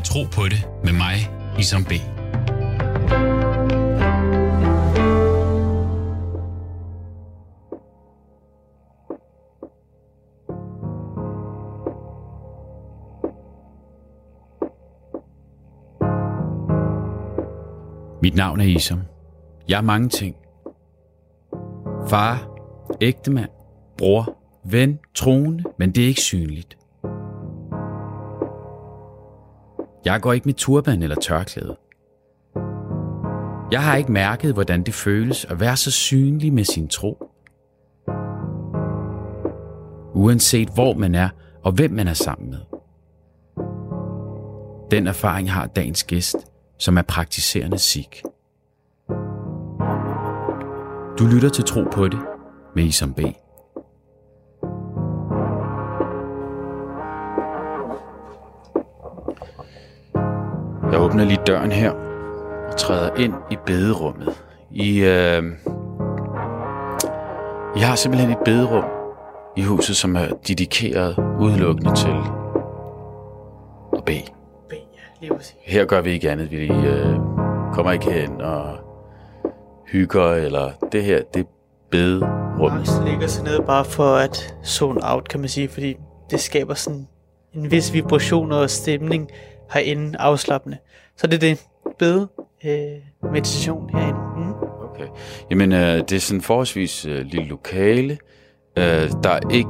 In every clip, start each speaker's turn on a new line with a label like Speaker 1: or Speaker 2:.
Speaker 1: Tro på det med mig, Isam B. Mit navn er Isam. Jeg er mange ting. Far, ægtemand, bror, ven, troende, men det er ikke synligt. Jeg går ikke med turban eller tørklæde. Jeg har ikke mærket, hvordan det føles at være så synlig med sin tro. Uanset hvor man er og hvem man er sammen med. Den erfaring har dagens gæst, som er praktiserende sikh. Du lytter til Tro på det med Isam B. Jeg åbner lige døren her og træder ind i bederummet. I har simpelthen et bederum i huset, som er dedikeret udelukkende til at bede. Her gør vi ikke andet. Vi kommer ikke hen og hygger, eller det her, det er bederum.
Speaker 2: Max ligger sig ned bare for at zone out, kan man sige, fordi det skaber sådan en vis vibration og stemning herinde, afslappende. Så det er det bede meditation herinde.
Speaker 1: Okay. Jamen, det er sådan forholdsvis lille lokale. Der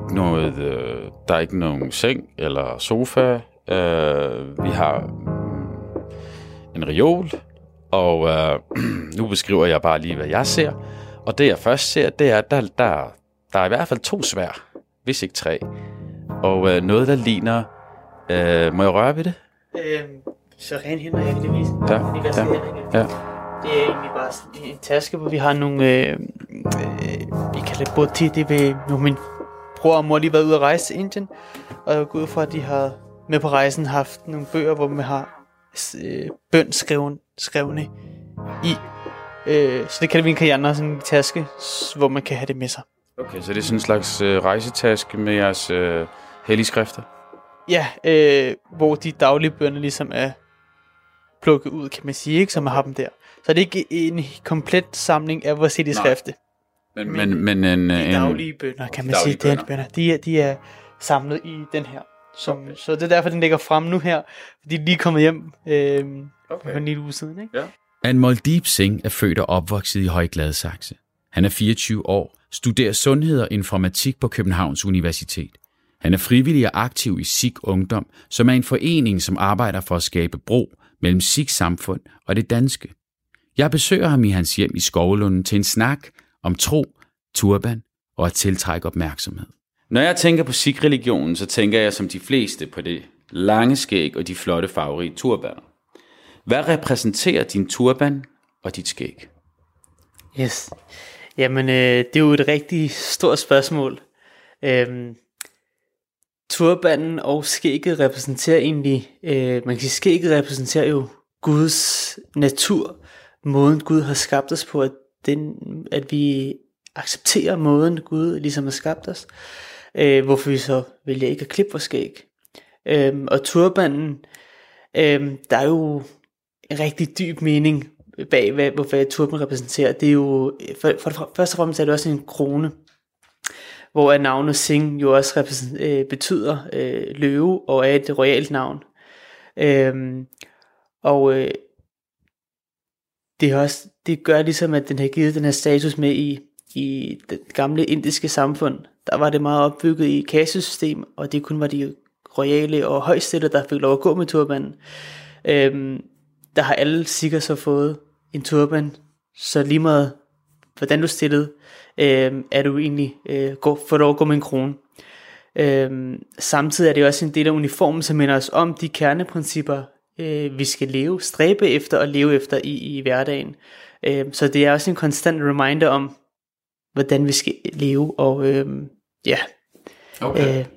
Speaker 1: er ikke nogen seng eller sofa. Vi har en reol, og nu beskriver jeg bare lige, hvad jeg ser. Og det jeg først ser, det er, at der er i hvert fald 2 sværd, hvis ikke 3. Og noget, der ligner... må jeg røre ved det?
Speaker 2: Så ren hænder, jeg kan det vise.
Speaker 1: Ja.
Speaker 2: Det er egentlig bare sådan en taske, hvor vi har nogle... vi kalder det boti, det vil... Nu min bror og mor lige været ude at rejse til Indien, og jeg går ud fra, at de har med på rejsen haft nogle bøger, hvor man har bøn skrevne i. Så det kalder vi en kajander, sådan en taske, hvor man kan have det med sig.
Speaker 1: Okay, så det er sådan en slags rejsetaske med jeres hellige skrifter?
Speaker 2: Ja, hvor de daglige bønner ligesom er plukket ud, kan man sige, ikke, så man har dem der. Så det er ikke en komplet samling af vores hellige skrifte.
Speaker 1: Men de
Speaker 2: daglige bønner, kan man sige, de er samlet i den her. Så det er derfor, den ligger frem nu her, fordi de er lige kommet hjem for en lille uge siden. Ikke?
Speaker 1: Ja. Anmol Singh er født og opvokset i Høje Gladsaxe. Han er 24 år, studerer sundhed og informatik på Københavns Universitet. Han er frivillig og aktiv i Sikh Ungdom, som er en forening, som arbejder for at skabe bro mellem Sikh samfund og det danske. Jeg besøger ham i hans hjem i Skovlunden til en snak om tro, turban og at tiltrække opmærksomhed. Når jeg tænker på Sikh-religionen, så tænker jeg som de fleste på det lange skæg og de flotte farverige turbaner. Hvad repræsenterer din turban og dit skæg?
Speaker 2: Yes. Jamen, det er jo et rigtig stort spørgsmål. Turbanen og skægget repræsenterer egentlig, man kan sige, skægget repræsenterer jo Guds natur, måden Gud har skabt os på, at vi accepterer måden Gud ligesom har skabt os, hvorfor vi så vælger ikke at klippe vores skæg. Og turbanen, der er jo en rigtig dyb mening bag, hvad turban repræsenterer. Det er jo, først og fremmest er det også en krone, hvor navnet Singh jo også betyder løve og er et royalt navn. Det gør ligesom, at den har givet den her status med i det gamle indiske samfund. Der var det meget opbygget i kastesystem, og det kun var de royale og højstillede, der fik lov at gå med turbanen. Der har alle sikkert så fået en turban, så lige meget hvordan du stillede, er du egentlig får lov at gå med en krone. Samtidig er det også en del af uniformen, som minder os om de kerneprincipper, vi skal stræbe efter og leve efter i hverdagen. Så det er også en konstant reminder om, hvordan vi skal leve, og ja.
Speaker 1: Okay.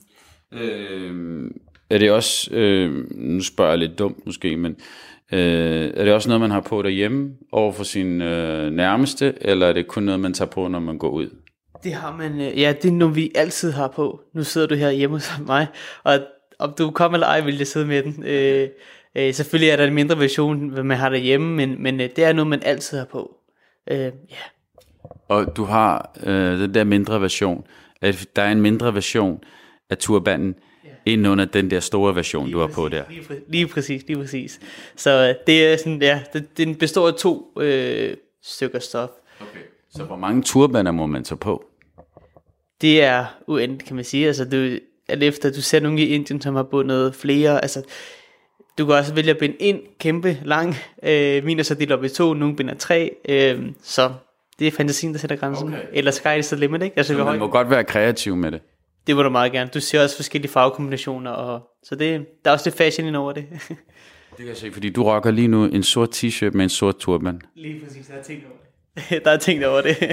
Speaker 1: Er det også, nu spørger jeg lidt dumt måske, men er det også noget, man har på derhjemme over for sin nærmeste, eller er det kun noget, man tager på, når man går ud?
Speaker 2: Det har man, ja, det er noget, vi altid har på. Nu sidder du her hjemme hos mig, og om du kommer eller ej, vil jeg sidde med den. Selvfølgelig er der en mindre version, hvad man har derhjemme, men det er noget, man altid har på. Ja.
Speaker 1: Og du har den der mindre version. Der er en mindre version af turbanen, ind under den der store version, du har på der.
Speaker 2: Lige præcis. Så det er sådan, ja, den består af 2 stykker stof.
Speaker 1: Okay. Så hvor mange turbaner må man tage på?
Speaker 2: Det er uendeligt, kan man sige. Altså, alt efter, du ser nogen i Indien, som har bundet flere. Altså, du kan også vælge at binde en kæmpe lang. Min er så delt op i 2, nogle binder 3. Så det er fantasien, der sætter grænsen. Okay. Eller sky is the limit, ikke? Altså,
Speaker 1: så man må godt være kreativ med det.
Speaker 2: Det må du meget gerne. Du ser også forskellige farvekombinationer, og så der er også lidt fashion ind over det. Det
Speaker 1: kan jeg se, fordi du rocker lige nu en sort t-shirt med en sort turban.
Speaker 2: Lige præcis, der er tænkt over det. Der er tænkt over det.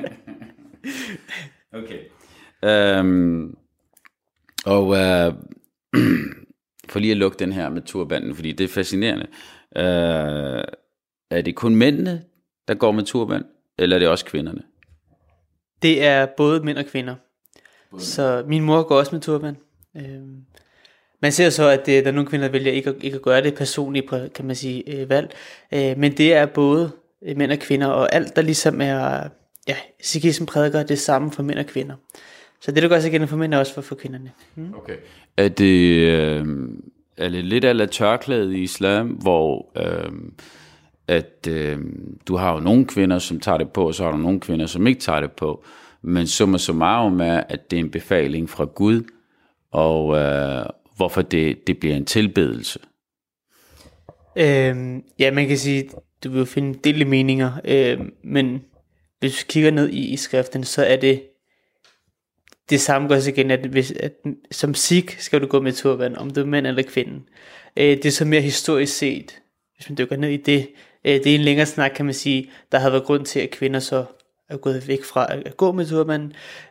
Speaker 1: Okay. For lige at lukke den her med turbanen, fordi det er fascinerende. Er det kun mændene, der går med turban, eller er det også kvinderne?
Speaker 2: Det er både mænd og kvinder. Så min mor går også med turban. Man ser så, at der er nogle kvinder, der vælger ikke at gøre det personligt, kan man sige, valg. Men det er både mænd og kvinder, og alt der ligesom er, ja, sikhism prædiker det samme for mænd og kvinder. Så det, der gør sig gældende for mænd, er også for kvinderne.
Speaker 1: Okay. Er det lidt af tørklædet i islam, hvor du har jo nogle kvinder, som tager det på, og så har du nogle kvinder, som ikke tager det på. Men summa summarum er, at det er en befaling fra Gud, og hvorfor det bliver en tilbedelse.
Speaker 2: Ja, man kan sige, du vil jo finde en del meninger, men hvis du kigger ned i skriften, så er det samme gør sig igen, at som sikh skal du gå med turban, om du er mand eller kvinde. Det er så mere historisk set, hvis man dykker ned i det. Det er en længere snak, kan man sige, der har været grund til, at kvinder så er gået væk fra at gå med turban.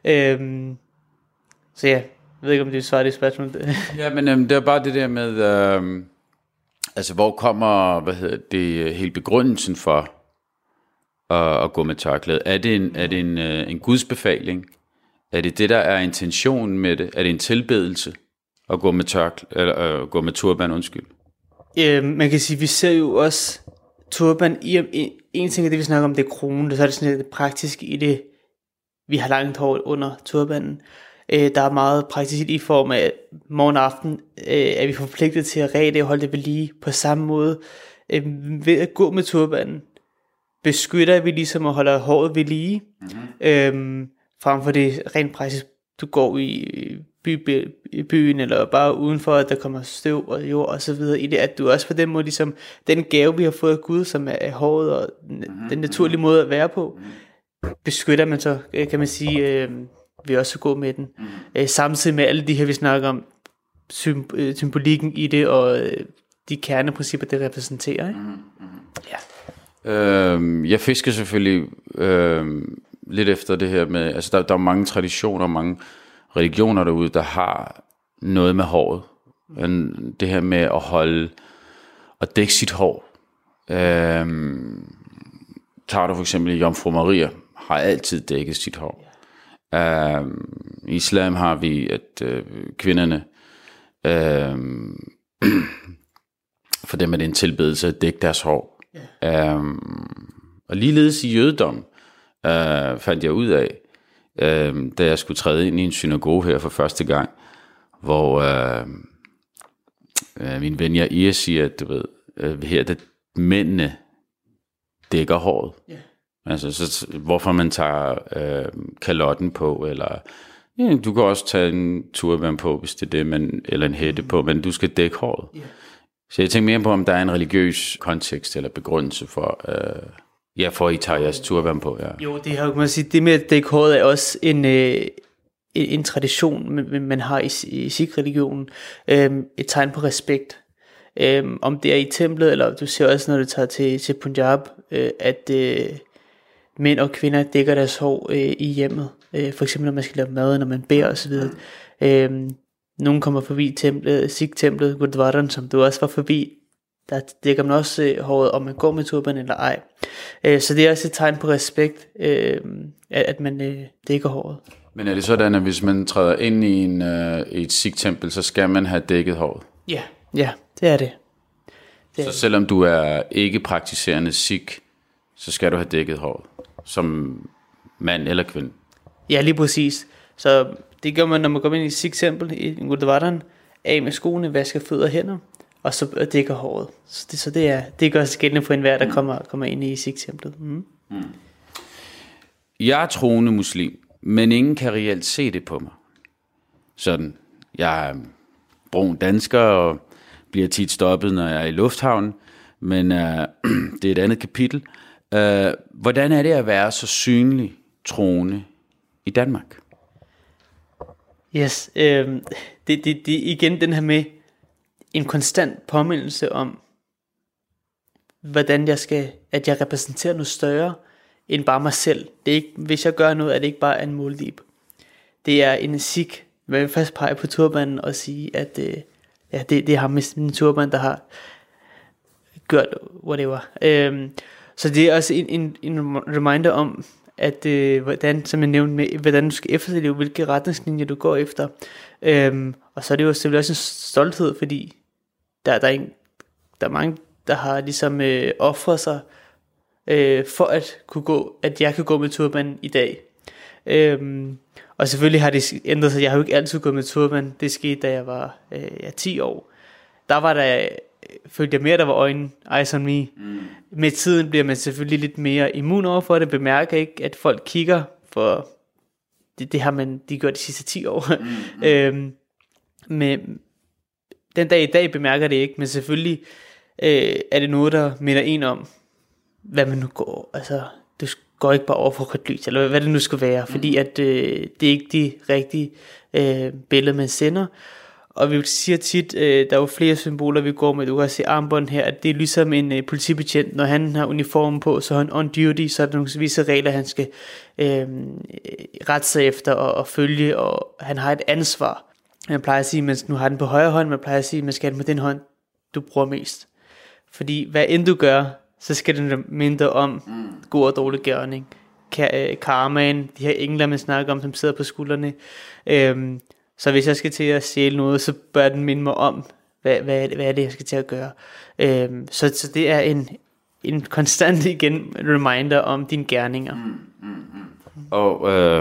Speaker 2: Så ja, jeg ved ikke, om det svarer det spørgsmål.
Speaker 1: Ja, men det er bare det der med, altså hvor kommer, hele begrundelsen for at gå med tørklæde? Er det en Guds befaling? Er det det, der er intentionen med det? Er det en tilbedelse at gå med gå med turban, undskyld?
Speaker 2: Man kan sige, vi ser jo også turban en ting af det, vi snakker om, det er kronen, så er det sådan lidt praktisk i det, vi har langt hår under turbanen. Der er meget praktisk i form af, at morgen og aften er vi forpligtet til at ræde og holde det ved lige på samme måde. Ved at gå med turbanen, beskytter vi ligesom at holde håret ved lige, frem for det rent praktisk, du går i byen eller bare udenfor, at der kommer støv og jord og så videre i det, at du også på den måde ligesom, den gave vi har fået af Gud, som er håret og den naturlige måde at være på, beskytter man så, kan man sige, ved også at gå med den. Samtidig med alle de her, vi snakker om, symbolikken i det, og de kerneprincipper, det repræsenterer, ikke?
Speaker 1: Ja. Jeg fisker selvfølgelig lidt efter det her med, altså der er mange traditioner, mange religioner derude, der har noget med håret. Det her med at holde og dække sit hår. Tager du for eksempel Jomfru Maria, har altid dækket sit hår. I islam har vi, at kvinderne, for dem er det en tilbedelse at dække deres hår. Og ligeledes i jødedom fandt jeg ud af, da jeg skulle træde ind i en synagoge her for første gang, hvor min ven Jair siger, at du ved, her det mændene dækker håret. Altså, så, hvorfor man tager kalotten på, eller ja, du kan også tage en turban på, hvis det er det, eller en hætte på, men du skal dække håret. Så jeg tænker mere på, om der er en religiøs kontekst eller begrundelse for, for at I tager jeres turban på. Ja.
Speaker 2: Jo, det har man sige, det med at dække håret er også en tradition, man har i Sikh-religionen. Et tegn på respekt. Om det er i templet, eller du ser også, når du tager til Punjab, at mænd og kvinder dækker deres hår i hjemmet. For eksempel når man skal lave mad, når man beder osv. Nogen kommer forbi templet, Sikh-templet, Gurdwaran, som du også var forbi. Der dækker man også håret, om man går med turban eller ej. Så det er også et tegn på respekt, at man dækker håret.
Speaker 1: Men er det sådan, at hvis man træder ind i et Sikh-tempel, så skal man have dækket håret?
Speaker 2: Ja, det er det.
Speaker 1: Så selvom du er ikke praktiserende sikh, så skal du have dækket håret, som mand eller kvinde?
Speaker 2: Ja, lige præcis. Så det gør man, når man går ind i Sikh-tempel i Gurdwaran, af med skoene, vasker fødder og hænder, og så dækker håret. Så det gør sig gældende for enhver, der kommer ind i Sikh-templet.
Speaker 1: Jeg er troende muslim, men ingen kan reelt se det på mig. Sådan, jeg er brun dansker og bliver tit stoppet, når jeg er i lufthavnen, men det er et andet kapitel. Hvordan er det at være så synlig troende i Danmark?
Speaker 2: Yes, det igen den her med en konstant påmindelse om, hvordan at jeg repræsenterer noget større end bare mig selv. Det er ikke, hvis jeg gør noget, er det ikke bare en Moldib. Det er en sikh. Man vil først pege på turbanen og sige, at det er ham med min turban, der har gjort whatever. Så det er også en reminder om, at hvordan, som jeg nævnte med, hvordan du skal efterleve, hvilke retningslinjer du går efter. Og så er det jo selvfølgelig også en stolthed, fordi der er mange, der har ligesom offret sig for at jeg kan gå med turban i dag. Og selvfølgelig har det ændret sig. Jeg har jo ikke altid gået med turban. Det skete, da jeg var 10 år. Der var der, følte jeg mere, der var eyes on me. Med tiden bliver man selvfølgelig lidt mere immun over for det. Bemærker ikke, at folk kigger, for det har de gjort de sidste 10 år. Men den dag i dag bemærker det ikke, men selvfølgelig er det noget, der minder en om, hvad man nu går. Altså, du går ikke bare over for rødt lys, eller hvad det nu skal være, fordi at det er ikke de rigtige billeder, man sender. Og vi siger tit, der er jo flere symboler, vi går med. Du kan se armbånd her, at det er ligesom en politibetjent. Når han har uniformen på, så er han on duty, så er der nogle visse regler, han skal rette sig efter og følge, og han har et ansvar. Man plejer at sige, at man nu har den på højre hånd, man plejer at sige, at man skal have den på den hånd, du bruger mest. Fordi hvad end du gør, så skal den mindre om god og dårlig gerning. Karmaen, de her engler, man snakker om, som sidder på skuldrene. Så hvis jeg skal til at stjæle noget, så bør den minde mig om, hvad er det, jeg skal til at gøre. Så det er en konstant igen reminder om dine gerninger.
Speaker 1: Og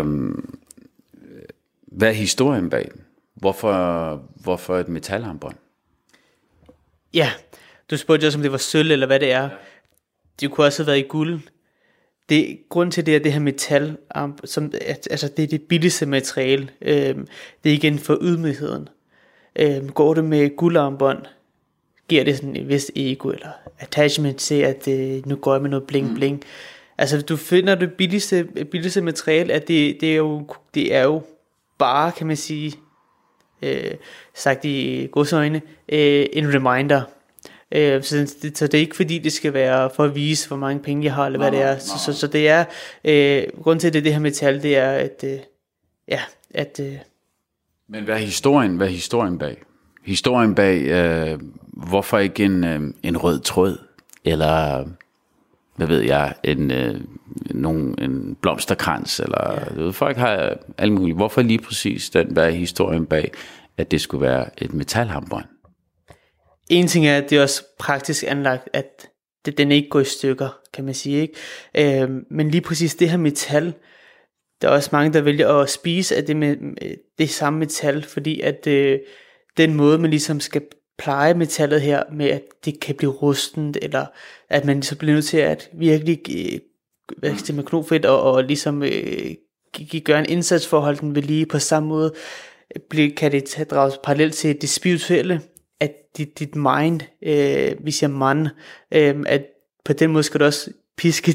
Speaker 1: hvad er historien bag den? Hvorfor et metalharmbånd?
Speaker 2: Ja, du spurgte også, om det var sølv, eller hvad det er. Det kunne også have været i guld. Grund til det er det her metal, som, altså det er det billigste materiale. Det er igen for ydmygheden. Går det med guldarmbånd, giver det sådan et vist ego eller attachment til, at nu går jeg med noget bling bling. Altså du finder det billigste materiale, at det er jo bare, kan man sige, sagt i godsøjne, en reminder. Så det er ikke fordi det skal være for at vise hvor mange penge jeg har eller hvad det er. Så det er grund til det her metal, det er at
Speaker 1: Men hvad er historien bag? Historien bag hvorfor ikke en rød tråd eller hvad ved jeg, en blomsterkrans eller folk har alt muligt. Hvorfor lige præcis hvad er historien bag at det skulle være et metalharmbånd?
Speaker 2: En ting er, at det er også praktisk anlagt, at den ikke går i stykker, kan man sige, ikke? Men lige præcis det her metal, der er også mange, der vælger at spise af det samme metal, fordi at den måde, man ligesom skal pleje metallet her, med at det kan blive rustent, eller at man så bliver nødt til at virkelig med knofedt og ligesom gøre en indsats for at holde den ved lige på samme måde, kan det drages parallelt til det spirituelle, at dit mind, vi siger man, at på den måde skal du også piske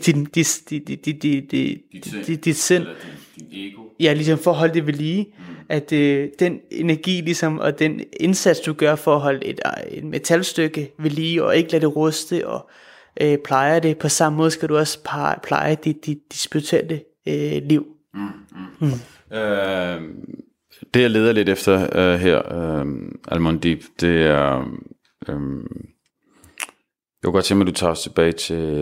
Speaker 2: dit sind, ja, ligesom for at holde det ved lige, at den energi ligesom, og den indsats du gør for at holde et metalstykke ved lige, og ikke lade det ruste, og pleje det, på samme måde skal du også pleje dit spirituelle liv.
Speaker 1: Det jeg leder lidt efter her, Almondib, det er, jeg kunne godt tænke mig, at du tager os tilbage til,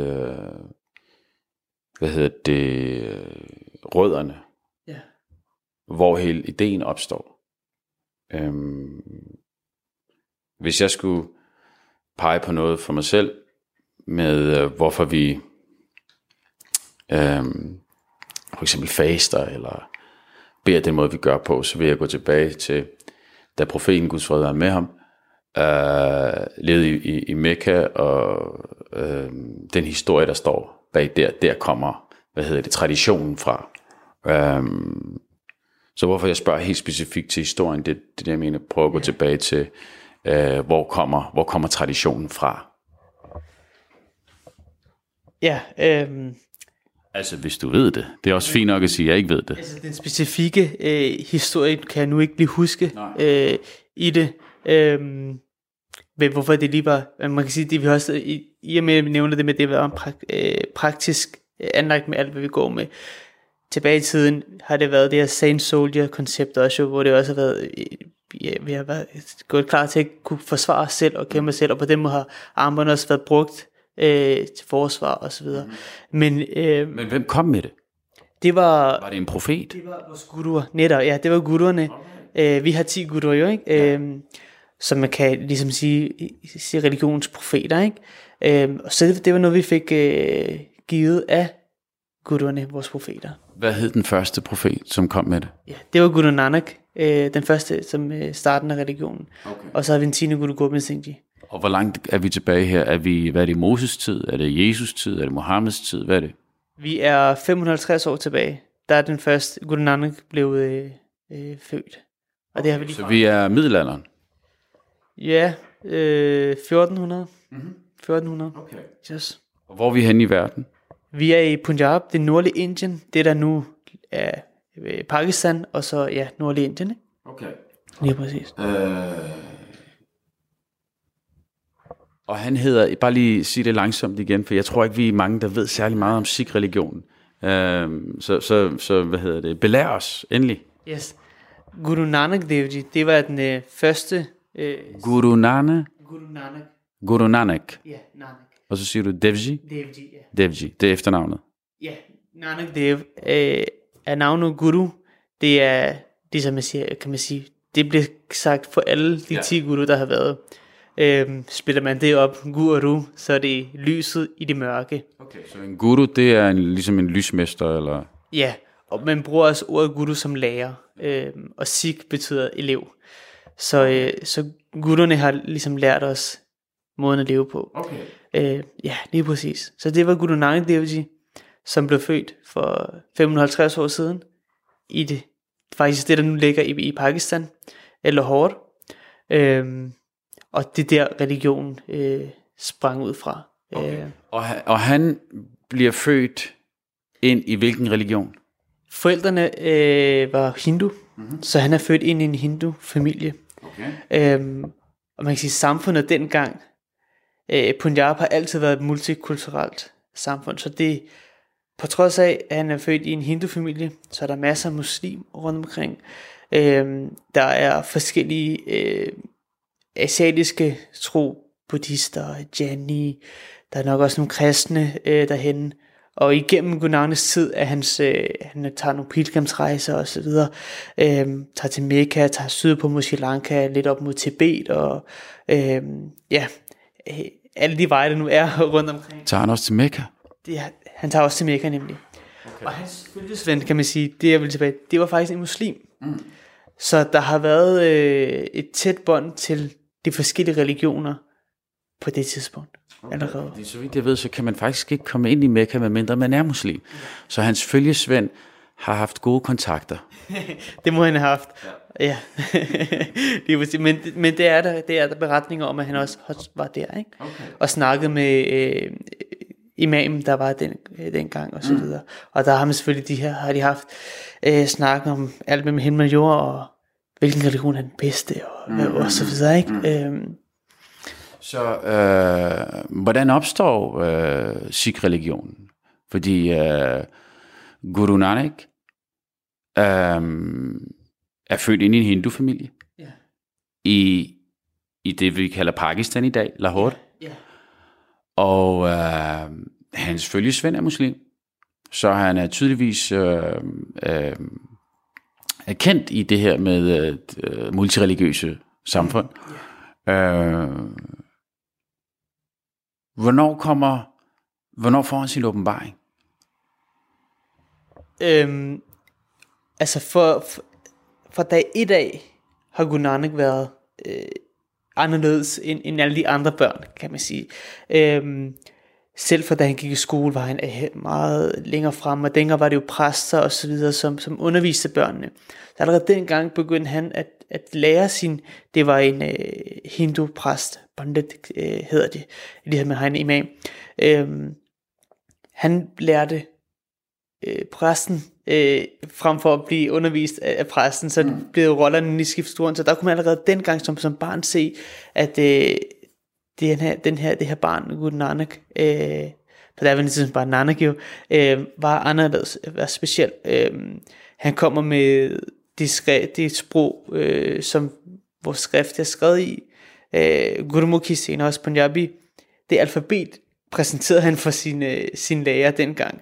Speaker 1: rødderne, hvor hele ideen opstår. Hvis jeg skulle pege på noget for mig selv, med hvorfor vi for eksempel faster, eller beder den måde, vi gør på, så vil jeg gå tilbage til, da profeten, Guds fred være med ham, levede i Mekka, og den historie, der står bag der kommer, traditionen fra. Så hvorfor jeg spørger helt specifikt til historien, det er det, jeg mener, prøve at gå tilbage til, hvor kommer traditionen fra?
Speaker 2: Ja,
Speaker 1: altså hvis du ved det. Det er også fint nok at sige, at jeg ikke ved det.
Speaker 2: Altså den specifikke historie kan jeg nu ikke lige huske i det. Hvorfor det lige var, man kan sige, det vi også, i og med at vi nævner det med, det var praktisk anlagt med alt, hvad vi går med. Tilbage i tiden har det været det her Saint Soldier koncept også, hvor det også har været, vi har været gået klar til at kunne forsvare os selv og kæmpe os selv, og på den måde har armbåndet også været brugt til forsvar og så videre. Men
Speaker 1: hvem kom med det?
Speaker 2: Det var
Speaker 1: det en profet?
Speaker 2: Det var vores guruer, netop. Ja, det var guruerne. Okay. Vi har 10 guruer jo, ikke? Som man kan ligesom sige religionens profeter, ikke? Og så det var noget, vi fik givet af guruerne, vores profeter.
Speaker 1: Hvad hed den første profet, som kom med det?
Speaker 2: Ja, det var Guru Nanak, den første, som starten af religionen. Okay. Og så har vi en 10. Guru Gobind Singh Ji.
Speaker 1: Og hvor langt er vi tilbage her? Hvad er det, Moses tid? Er det Jesus tid? Er det Mohammeds tid? Hvad er det?
Speaker 2: Vi er 550 år tilbage. Der er den første Guru Nanak blevet født. Og det har vi lige
Speaker 1: så vi er middelalderen?
Speaker 2: Ja, 1400. 1400.
Speaker 1: Okay.
Speaker 2: Yes.
Speaker 1: Og hvor er vi henne i verden?
Speaker 2: Vi er i Punjab, det nordlige Indien. Det der nu er Pakistan, og så nordlige Indien. Ikke?
Speaker 1: Okay.
Speaker 2: Lige præcis.
Speaker 1: Og han hedder, bare lige sige det langsomt igen, for jeg tror ikke, vi er mange, der ved særlig meget om Sikh-religionen. Så belær os endelig.
Speaker 2: Yes. Guru Nanak Dev Ji, det var den første...
Speaker 1: Guru Nanak? Guru Nanak.
Speaker 2: Ja, Nanak.
Speaker 1: Og så siger du Devji?
Speaker 2: Devji, ja.
Speaker 1: Devji, det er efternavnet.
Speaker 2: Ja, Nanak Dev er navnet Guru. Det er, som man siger, kan man sige, det bliver sagt for alle de 10 guru, der har været. Spiller man det op, guru, så er det lyset i det mørke. Okay,
Speaker 1: så en guru, det er ligesom en lysmester, eller?
Speaker 2: Ja, og man bruger også ordet guru som lærer, og sikh betyder elev. Så guruerne har ligesom lært os måden at leve på.
Speaker 1: Okay.
Speaker 2: Ja, lige præcis. Så det var Guru Nanak Dev Ji, som blev født for 550 år siden, i det, faktisk det, der nu ligger i Pakistan, eller Lahore. Og det der religionen sprang ud fra.
Speaker 1: Okay. Og han bliver født ind i hvilken religion?
Speaker 2: Forældrene var hindu, så han er født ind i en hindu-familie. Okay. Og man kan sige, samfundet dengang, Punjab har altid været et multikulturelt samfund, så det, på trods af, at han er født i en hindu-familie, så er der masser af muslim rundt omkring. Der er forskellige asiatiske tro, buddhister, jaini, der er nok også nogle kristne derhen. Og igennem Guru Nanaks tid, at han tager nogle pilgrimsrejser og så videre, tager til Mekka, tager sydpå mod Sri Lanka, lidt op mod Tibet, og alle de veje, der nu er rundt omkring.
Speaker 1: Tager han også til Mekka?
Speaker 2: Han tager også til Mekka nemlig. Okay. Og hans følgesvend, kan man sige, det jeg vil tilbage, det var faktisk en muslim. Så der har været et tæt bånd til de forskellige religioner på det tidspunkt. Allerede.
Speaker 1: Så vidt jeg ved, så kan man faktisk ikke komme ind i Mekka, medmindre man er muslim. Så hans følgesvend har haft gode kontakter.
Speaker 2: Det må han have haft. Ja. men det er der beretninger om, at han også var der, ikke? Okay. Og snakkede med imamen, der var dengang og så videre. Og der har man selvfølgelig har de haft snakken om alt med himmel og jord, og hvilken religion er den bedste, og så videre, ikke?
Speaker 1: Så hvordan opstår Sikh-religionen? Fordi Guru Nanak er født ind i en hindu-familie. Ja. I det, vi kalder Pakistan i dag, Lahore. Ja. Og hans følgesvend er muslim. Så han er tydeligvis kendt i det her med multireligiøse samfund. Ja. Hvornår får han sin åbenbaring?
Speaker 2: Altså for dag 1 af har Guru Nanak været anderledes end alle de andre børn, kan man sige. Selv for da han gik i skole, var han meget længere frem, og dengang var det jo præster og så videre, som underviste børnene. Så allerede dengang begyndte han at lære det var en hindu præst, Pandit hedder det, lige med han imam. Han lærte præsten frem for at blive undervist af præsten, så blev rollerne i skiftet, så der kunne man allerede dengang som barn se, at det her barn, Guru Nanak, på der var det bare Nanak jo, var anderledes, var speciel. Han kommer med det sprog, som vores skrift er skrevet i, Gurmukhi, senere også Punjabi. Det alfabet præsenterede han for sin lærer dengang.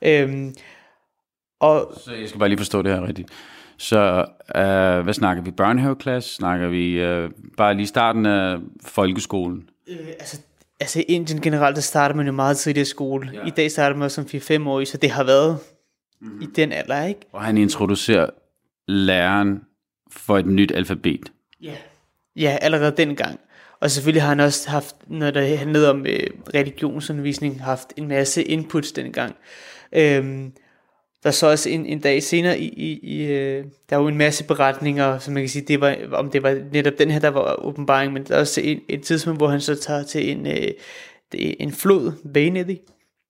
Speaker 2: Så
Speaker 1: jeg skal bare lige forstå det her rigtigt. Så hvad snakker vi? Børnehaveklasse? Snakker vi bare lige starten af folkeskolen?
Speaker 2: Altså i Indien generelt, der starter man jo meget tidligere i skole. Ja. I dag starter man jo som 4-5 år, så det har været i den alder, ikke?
Speaker 1: Og han introducerer læreren for et nyt alfabet.
Speaker 2: Ja, allerede dengang. Og selvfølgelig har han også haft, når det handlede om religionsundervisning, haft en masse inputs dengang. Der så også en dag senere der var jo en masse beretninger, som man kan sige, det var netop den her, der var åbenbaring, men der er også et tidspunkt, hvor han så tager til en flod, Vainedi,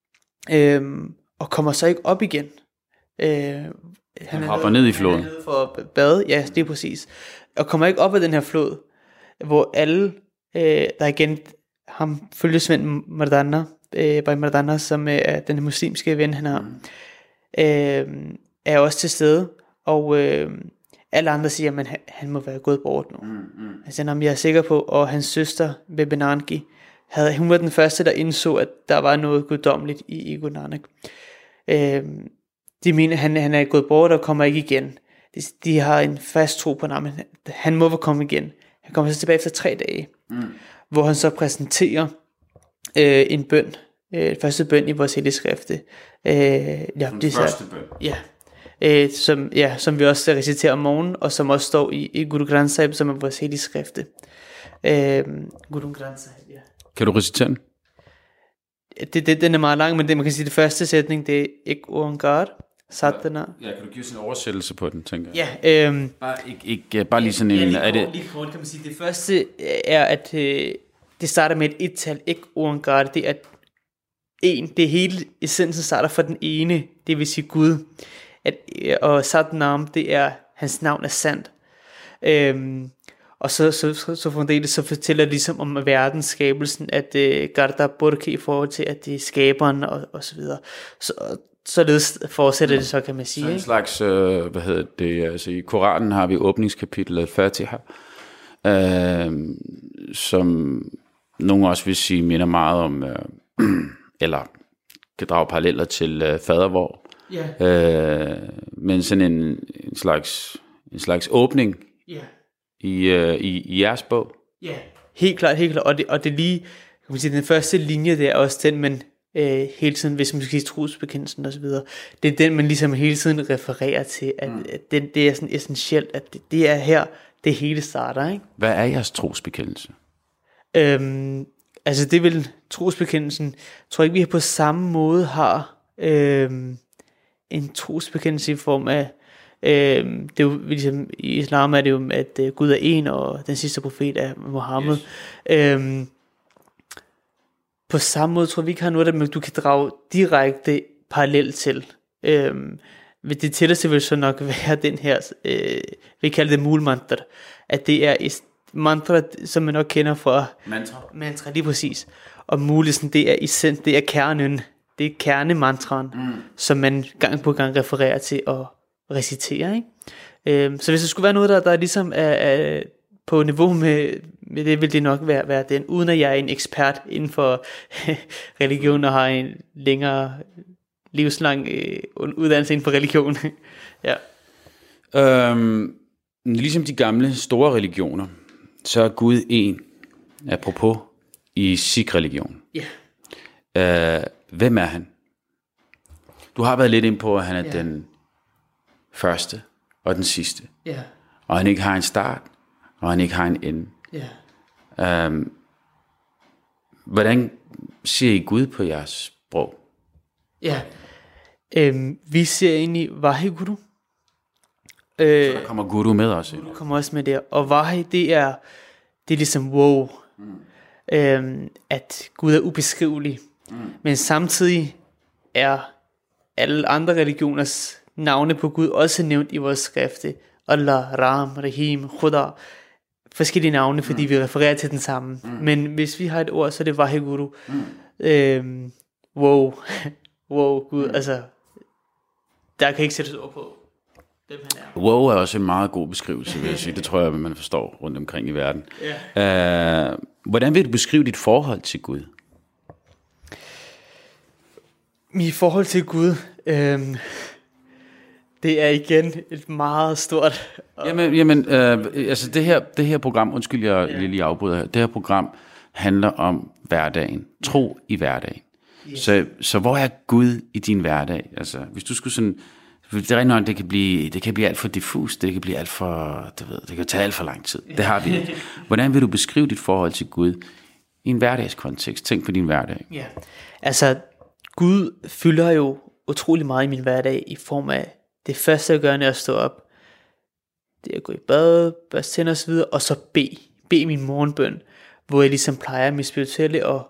Speaker 2: og kommer så ikke op igen.
Speaker 1: Han hopper ned i floden.
Speaker 2: Han er nede for at bade, ja, det er præcis. Og kommer ikke op af den her flod, hvor alle, der igen ham følgesvend Mardana, Bhai Mardana, som er den muslimske ven, han har, er også til stede, og alle andre siger, at han må være gået bort nu. Altså, jeg er sikker på, og hans søster Bebenangi, hun var den første, der indså, at der var noget guddommeligt i Guru Nanak. De mener, han er gået bort og kommer ikke igen. De har en fast tro på ham, han må komme igen. Han kommer så tilbage efter 3 dage, hvor han så præsenterer en bøn, første bøn i vores hellige skrifte.
Speaker 1: Første bøn.
Speaker 2: Som vi også reciterer om morgenen, og som også står i Guru Granth Sahib, som er vores hellige skrifte. Guru Granth Sahib, ja.
Speaker 1: Kan du recitere den?
Speaker 2: Den er meget lang, men man kan sige, det første sætning, det er Ek Oankar Satana.
Speaker 1: Ja, kan du give sådan en oversættelse på den, tænker jeg?
Speaker 2: Ja.
Speaker 1: Bare lige sådan en...
Speaker 2: Lige kort, kan man sige. Det første er, at det starter med et et-tal, Ek Oankar, det er det hele essensen starter for den ene, det vil sige Gud, og Satnam, det er hans navn er sandt, og så fremdeles så fortæller det ligesom om verdens skabelsen, at Garda Burke i forhold til at det er skaberen og så videre, således fortsætter det så, kan man sige.
Speaker 1: Så en slags altså i Koranen har vi åbningskapitlet Fatiha, som nogen også vil sige minder meget om eller kan drage paralleller til fadervor. Men sådan en slags åbning i jeres bog.
Speaker 2: Ja, helt klart. Og det lige, kan man sige, den første linje der er også den, man hele tiden, hvis man skal sige trosbekendelsen og så videre, det er den, man ligesom hele tiden refererer til, at det er sådan essentielt, at det er her, det hele starter, ikke?
Speaker 1: Hvad er jeres trosbekendelse?
Speaker 2: Altså det vil trosbekendelsen, tror jeg ikke vi på samme måde har en trosbekendelse i form af det er jo ligesom i islam er det jo at Gud er en, og den sidste profet er Muhammed. Yes. På samme måde tror jeg vi ikke har noget der du kan drage direkte parallel til. Det tætteste vil så nok være den her vi kalder det Mool Mantra, at det er et mantra, som man nok kender fra mantra lige præcis. Og Moolisen, det er essens, det er kernen, det er kernemantraen, som man gang på gang refererer til at recitere, ikke? Så hvis der skulle være noget der ligesom er på niveau med det, vil det nok være den, uden at jeg er en ekspert inden for religion og har en længere livslang uddannelse inden for religion. Ja.
Speaker 1: Ligesom de gamle store religioner, så er Gud en, apropos i Sikh-religion.
Speaker 2: Ja.
Speaker 1: Hvem er han? Du har været lidt ind på, at han er den første og den sidste.
Speaker 2: Ja.
Speaker 1: Og han ikke har en start, og han ikke har en ende.
Speaker 2: Ja.
Speaker 1: Hvordan siger I Gud på jeres sprog?
Speaker 2: Ja. Vi siger egentlig Vaheguru.
Speaker 1: Så der kommer Guru med også.
Speaker 2: Du kommer også med der. Og Vahe, det er ligesom wow. At Gud er ubeskrivelig. Men samtidig er alle andre religioners navne på Gud også nævnt i vores skrifte. Allah, Ram, Rahim, Khuda. Forskellige navne, fordi vi refererer til den samme. Men hvis vi har et ord, så er det Vaheguru. Wow. Wow, Gud. Altså, der kan ikke sættes ord på, hvem han er.
Speaker 1: Wow er også en meget god beskrivelse, vil jeg sige. Det tror jeg, man forstår rundt omkring i verden. Hvordan vil du beskrive dit forhold til Gud?
Speaker 2: Mit forhold til Gud, det er igen et meget stort...
Speaker 1: Altså det her program, undskyld jeg lige afbryder her, det her program handler om hverdagen, tro i hverdagen. Yes. Så hvor er Gud i din hverdag? Altså hvis du skulle sådan, det er rigtig det kan blive alt for diffust, det kan blive alt for, det kan tage alt for lang tid. Det har vi ikke. Hvordan vil du beskrive dit forhold til Gud i en hverdagskontekst? Tænk på din hverdag.
Speaker 2: Ja, altså Gud fylder jo utrolig meget i min hverdag i form af det første jeg gør, når jeg står op, det er at gå i bad, børste tænder og så videre, og så bede min morgenbøn, hvor jeg ligesom plejer mit spirituelle og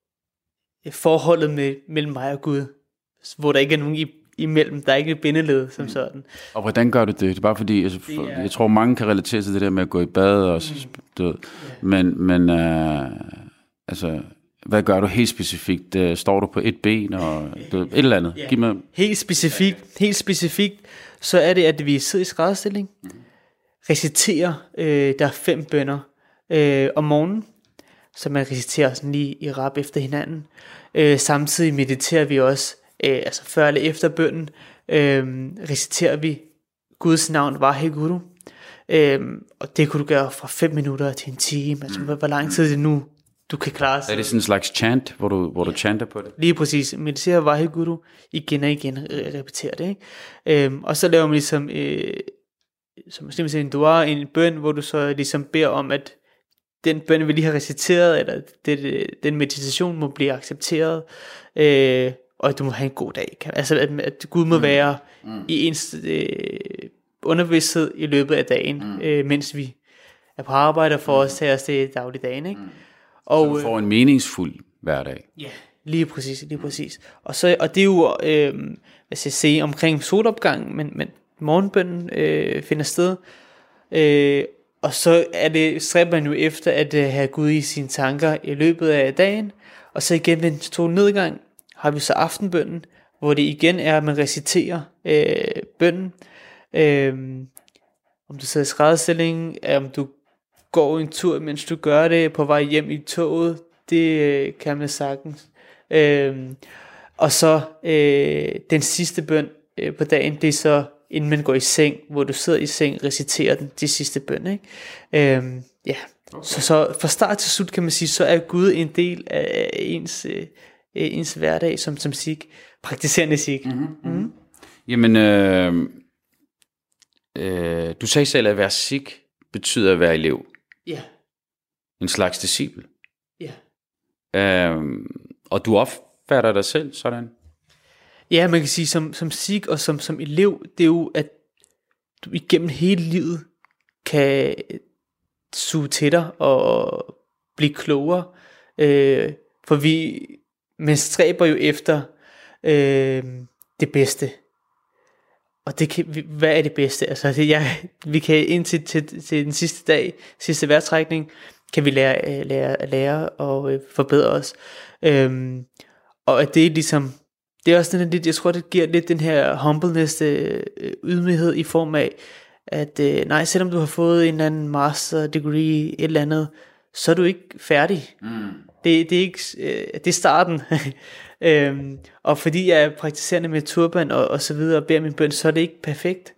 Speaker 2: forholdet mellem mig og Gud, hvor der ikke er nogen imellem, der er ikke et bindeled som sådan.
Speaker 1: Og hvordan gør du det? Det er bare fordi, jeg tror mange kan relatere til det der med at gå i bad og død. Men altså, hvad gør du helt specifikt? Står du på et ben og et eller andet? Giv mig...
Speaker 2: Helt specifikt, så er det, at vi sidder i skrædderstilling, reciterer, der er 5 bønner om morgenen, så man reciterer sådan lige i rap efter hinanden. Samtidig mediterer vi også, altså før eller efter bønnen, reciterer vi Guds navn, Vaheguru. Og det kunne du gøre fra 5 minutter til en time, altså hvor lang tid det nu du kan klare sig.
Speaker 1: Er det sådan en slags chant, hvor du chanter på det?
Speaker 2: Lige præcis. Mediterer Vaheguru igen og igen, repeterer det, ikke? Og så laver man ligesom, som man siger, en dua, en bøn, hvor du så ligesom beder om, at den bøn, vi lige har reciteret, eller den meditation må blive accepteret, og at du må have en god dag. Altså at Gud må være i ens underbevidsthed i løbet af dagen, mens vi er på arbejde for os til os det dagligdagen, ikke? Og,
Speaker 1: så du får en meningsfuld hverdag.
Speaker 2: Ja, lige præcis. Og det er jo, hvad skal jeg sige, omkring solopgangen, men morgenbønnen finder sted, og så stræber man jo efter at have Gud i sine tanker i løbet af dagen, og så igen ved en solnedgang har vi så aftenbønnen, hvor det igen er, at man reciterer bønnen, om du sidder i skrædderstilling, om du går en tur, mens du gør det, på vej hjem i toget, det kan man sagtens. Og så den sidste bøn på dagen, det er så inden man går i seng, hvor du sidder i seng, reciterer de sidste bøn, ikke? Ja. Okay. Så fra start til slut kan man sige, så er Gud en del af ens hverdag som sikh, praktiserende sikh. Mm-hmm.
Speaker 1: Jamen, du sagde selv, at at være sikh betyder at være elev.
Speaker 2: Ja.
Speaker 1: En slags disciple.
Speaker 2: Ja.
Speaker 1: Og du opfatter dig selv sådan?
Speaker 2: Ja, man kan sige, som sikh og som elev, det er jo, at du igennem hele livet kan suge til dig og blive klogere. For man stræber jo efter det bedste. Og hvad er det bedste? Altså, vi kan indtil til den sidste dag, sidste vejrtrækning, kan vi lære og forbedre os. Og at det er ligesom, det er også den lidt, jeg tror det giver lidt den her humbleness, ydmyghed i form af, at nej, selvom du har fået en eller anden master degree, et eller andet, så er du ikke færdig. Det er ikke, det er starten. Og fordi jeg er praktiserende med turban og så videre og beder min bøn, så er det ikke perfekt.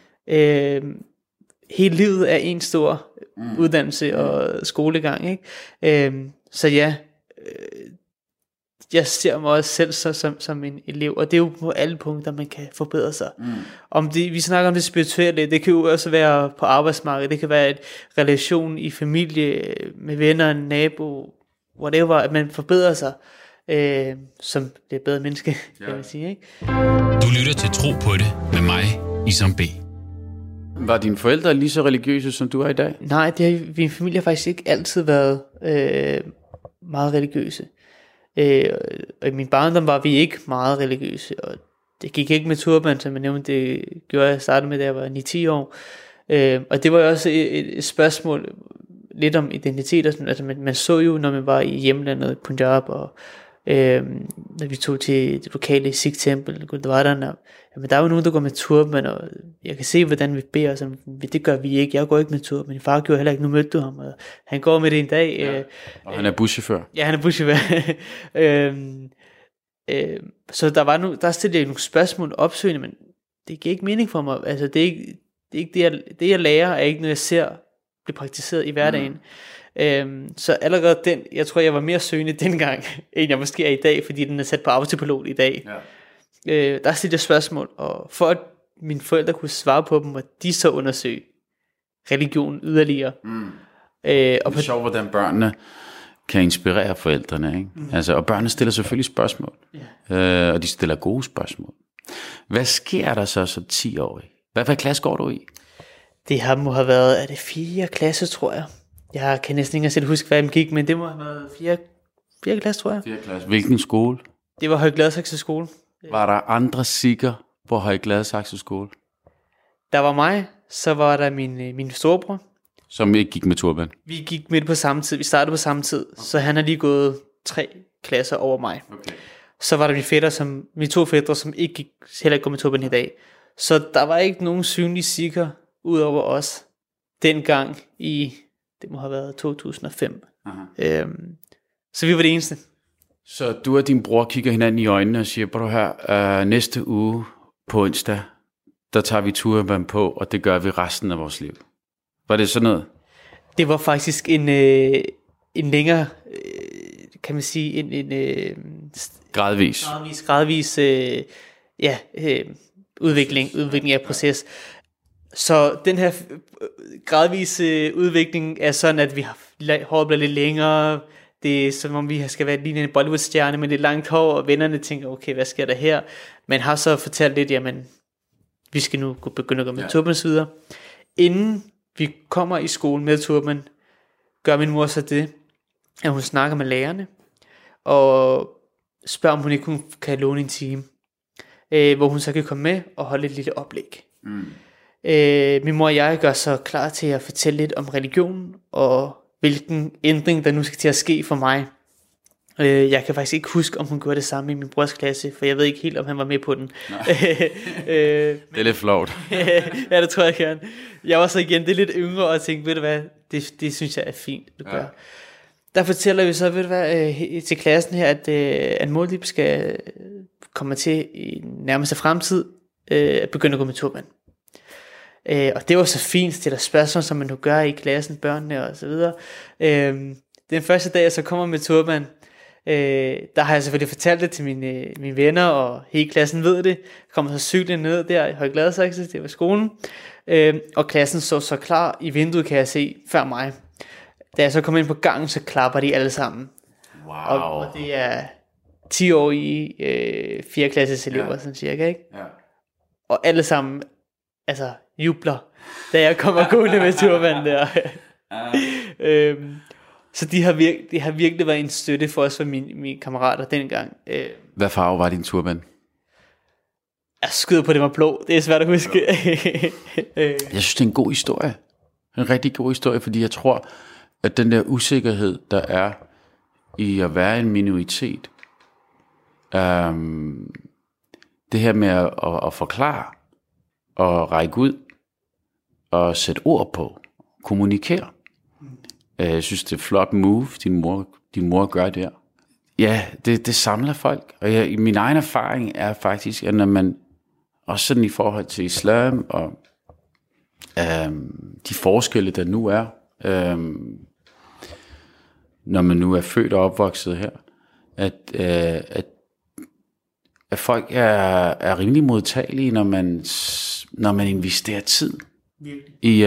Speaker 2: Hele livet er en stor uddannelse og skolegang, ikke? Så ja, jeg ser mig også selv som en elev, og det er jo på alle punkter, man kan forbedre sig. Vi snakker om det spirituelle, det kan jo også være på arbejdsmarkedet, det kan være et relation i familie, med venner, nabo, whatever, at man forbedrer sig, som det er bedre menneske, kan man sige, ikke?
Speaker 1: Du lytter til Tro på det med mig, Isam B. Var dine forældre lige så religiøse, som du er i dag?
Speaker 2: Nej, min familie har faktisk ikke altid været meget religiøse. Og i min barndom var vi ikke meget religiøse, og det gik ikke med turban, som jeg nævnte, det gjorde jeg startede med, da jeg var 9-10 år. Og det var jo også et spørgsmål lidt om identitet og sådan, altså man så jo, når man var i hjemlandet, Punjab, og når vi tog til det lokale Sikh-tempel, Gurdwaran, men der er jo nogen, der går med turban, og jeg kan se, hvordan vi beder, så det gør vi ikke, jeg går ikke med turban, min far gjorde heller ikke, nu mødte du ham, og han går med det en dag.
Speaker 1: Og han er buschauffør.
Speaker 2: Ja, han er buschauffør. Så der stillede jeg nogle spørgsmål opsøgende, men det giver ikke mening for mig, altså det er ikke det jeg lærer, er ikke noget jeg ser blive praktiseret i hverdagen. Så allerede jeg tror jeg var mere søgende dengang, end jeg måske er i dag, fordi den er sat på autopilot i dag. Der stillede jeg spørgsmål, og for at mine forældre kunne svare på dem, og de så undersøge religion yderligere.
Speaker 1: Det er sjovt, hvordan børnene kan inspirere forældrene, ikke? Altså, og børnene stiller selvfølgelig spørgsmål, og de stiller gode spørgsmål. Hvad sker der så som 10-årig? Hvad klasse går du i?
Speaker 2: Det må have været, er det 4. klasse, tror jeg. Jeg kan næsten ikke selv huske, hvad jeg gik, men det må have været 4. klasse, tror jeg. 4.
Speaker 1: klasse. Hvilken skole?
Speaker 2: Det var Høje Gladsaxe skole.
Speaker 1: Var der andre sikher på Høje Gladsaxe skole?
Speaker 2: Der var mig, så var der min storebror.
Speaker 1: Som ikke gik med turban?
Speaker 2: Vi gik med på samme tid, vi startede på samme tid, så han har lige gået 3 klasser over mig. Okay. Så var der mine 2 fætre, som heller ikke går med turban i dag. Så der var ikke nogen synlige sikher ud over os dengang det må have været 2005. Så vi var det eneste.
Speaker 1: Så du og din bror kigger hinanden i øjnene og siger, på du her, næste uge på onsdag, der tager vi turban på, og det gør vi resten af vores liv. Var det sådan noget?
Speaker 2: Det var faktisk en længere, kan man sige, en
Speaker 1: gradvis
Speaker 2: udvikling af proces. Så den her gradvise udvikling er sådan, at vi har håret bliver lidt længere. Det er som om vi skal være lige en Bollywood-stjerne med lidt langt hår, og vennerne tænker, okay, hvad sker der her? Men har så fortalt lidt, jamen, vi skal nu begynde at gå med turban videre. Inden vi kommer i skole med turban, gør min mor så det, at hun snakker med lærerne, og spørger, om hun ikke kan låne en time, hvor hun så kan komme med og holde et lille oplæg. Min mor og jeg gør så klar til at fortælle lidt om religion, og hvilken ændring der nu skal til at ske for mig. Jeg kan faktisk ikke huske, om hun gjorde det samme i min brors klasse, for jeg ved ikke helt, om han var med på den.
Speaker 1: Det er lidt flovt.
Speaker 2: Ja, det tror jeg gerne. Jeg var så igen, det er lidt yngre, og tænkte, ved du hvad, det synes jeg er fint, du gør. Der fortæller vi så, ved du hvad, til klassen her, at Anmodib skal komme til i nærmeste fremtid at begynde at gå med turban. Og det var så fint, stiller spørgsmål, som man nu gør i klassen, børnene og så videre. Den første dag, jeg så kommer med turban, der har jeg selvfølgelig fortalt det til mine venner, og hele klassen ved det. Jeg kommer så cyklen ned der i Høje Gladsaxe, det var skolen, og klassen så klar i vinduet, kan jeg se, før mig. Da jeg så kommer ind på gangen, så klapper de alle sammen.
Speaker 1: Wow.
Speaker 2: Og det er 10 år i 4. klasses elever, sådan cirka, ikke? Ja. Og alle sammen, altså, jubler, da jeg kommer gående med turban der. Så det har virkelig været en støtte for os, for mine kammerater dengang.
Speaker 1: Hvad farve var din turban?
Speaker 2: Jeg skyder på, det var blå. Det er svært at huske.
Speaker 1: Jeg synes, det er en god historie. En rigtig god historie, fordi jeg tror, at den der usikkerhed, der er i at være en minoritet, det her med at forklare, og række ud, og sætte ord på, kommunikere. Jeg synes, det er et flot move, din mor gør der. Ja, det samler folk. Og min egen erfaring er faktisk, at når man, også sådan i forhold til islam, og de forskelle, der nu er, når man nu er født og opvokset her, at folk er rimelig modtagelige, når man investerer tid i